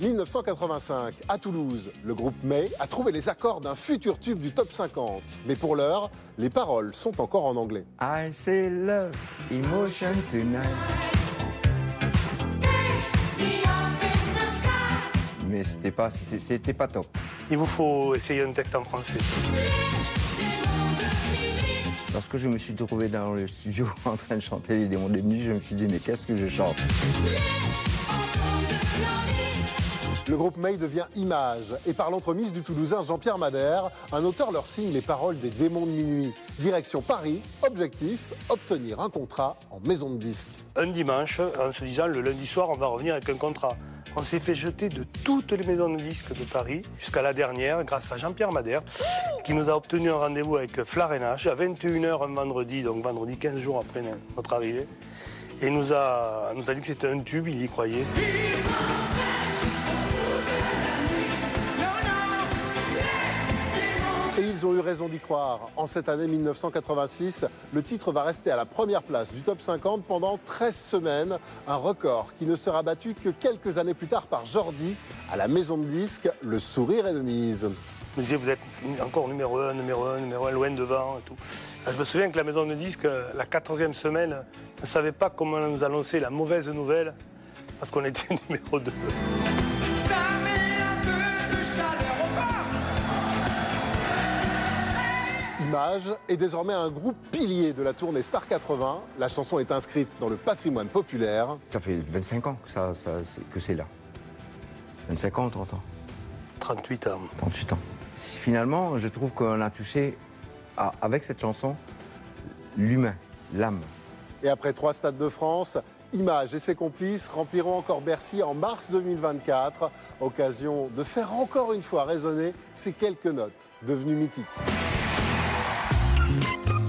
1985, à Toulouse, le groupe May a trouvé les accords d'un futur tube du top 50. Mais pour l'heure, les paroles sont encore en anglais. I say love, emotion tonight. Mais c'était pas top. Il vous faut essayer un texte en français. Lorsque je me suis trouvé dans le studio en train de chanter les démons de nuit, je me suis dit mais qu'est-ce que je chante? Le groupe May devient Image et par l'entremise du Toulousain Jean-Pierre Madère, un auteur leur signe les paroles des démons de minuit. Direction Paris, objectif, obtenir un contrat en maison de disques. Un dimanche, en se disant le lundi soir, on va revenir avec un contrat. On s'est fait jeter de toutes les maisons de disques de Paris jusqu'à la dernière grâce à Jean-Pierre Madère qui nous a obtenu un rendez-vous avec Flarenache à 21h un vendredi, donc vendredi 15 jours après notre arrivée. Et il nous a dit que c'était un tube, il y croyait. Et ils ont eu raison d'y croire. En cette année 1986, le titre va rester à la première place du top 50 pendant 13 semaines. Un record qui ne sera battu que quelques années plus tard par Jordi à la maison de disques Le Sourire est de mise. Je me disais, vous êtes encore numéro 1, loin devant et tout. Je me souviens que la maison de disques, la 14e semaine, ne savait pas comment nous annoncer la mauvaise nouvelle parce qu'on était numéro 2. Image est désormais un groupe pilier de la tournée Star 80. La chanson est inscrite dans le patrimoine populaire. Ça fait 25 ans que c'est là. 25 ans, 30 ans. 38 ans. 38 ans. Finalement, je trouve qu'on a touché, avec cette chanson, l'humain, l'âme. Et après 3 stades de France, Image et ses complices rempliront encore Bercy en mars 2024. Occasion de faire encore une fois résonner ces quelques notes devenues mythiques.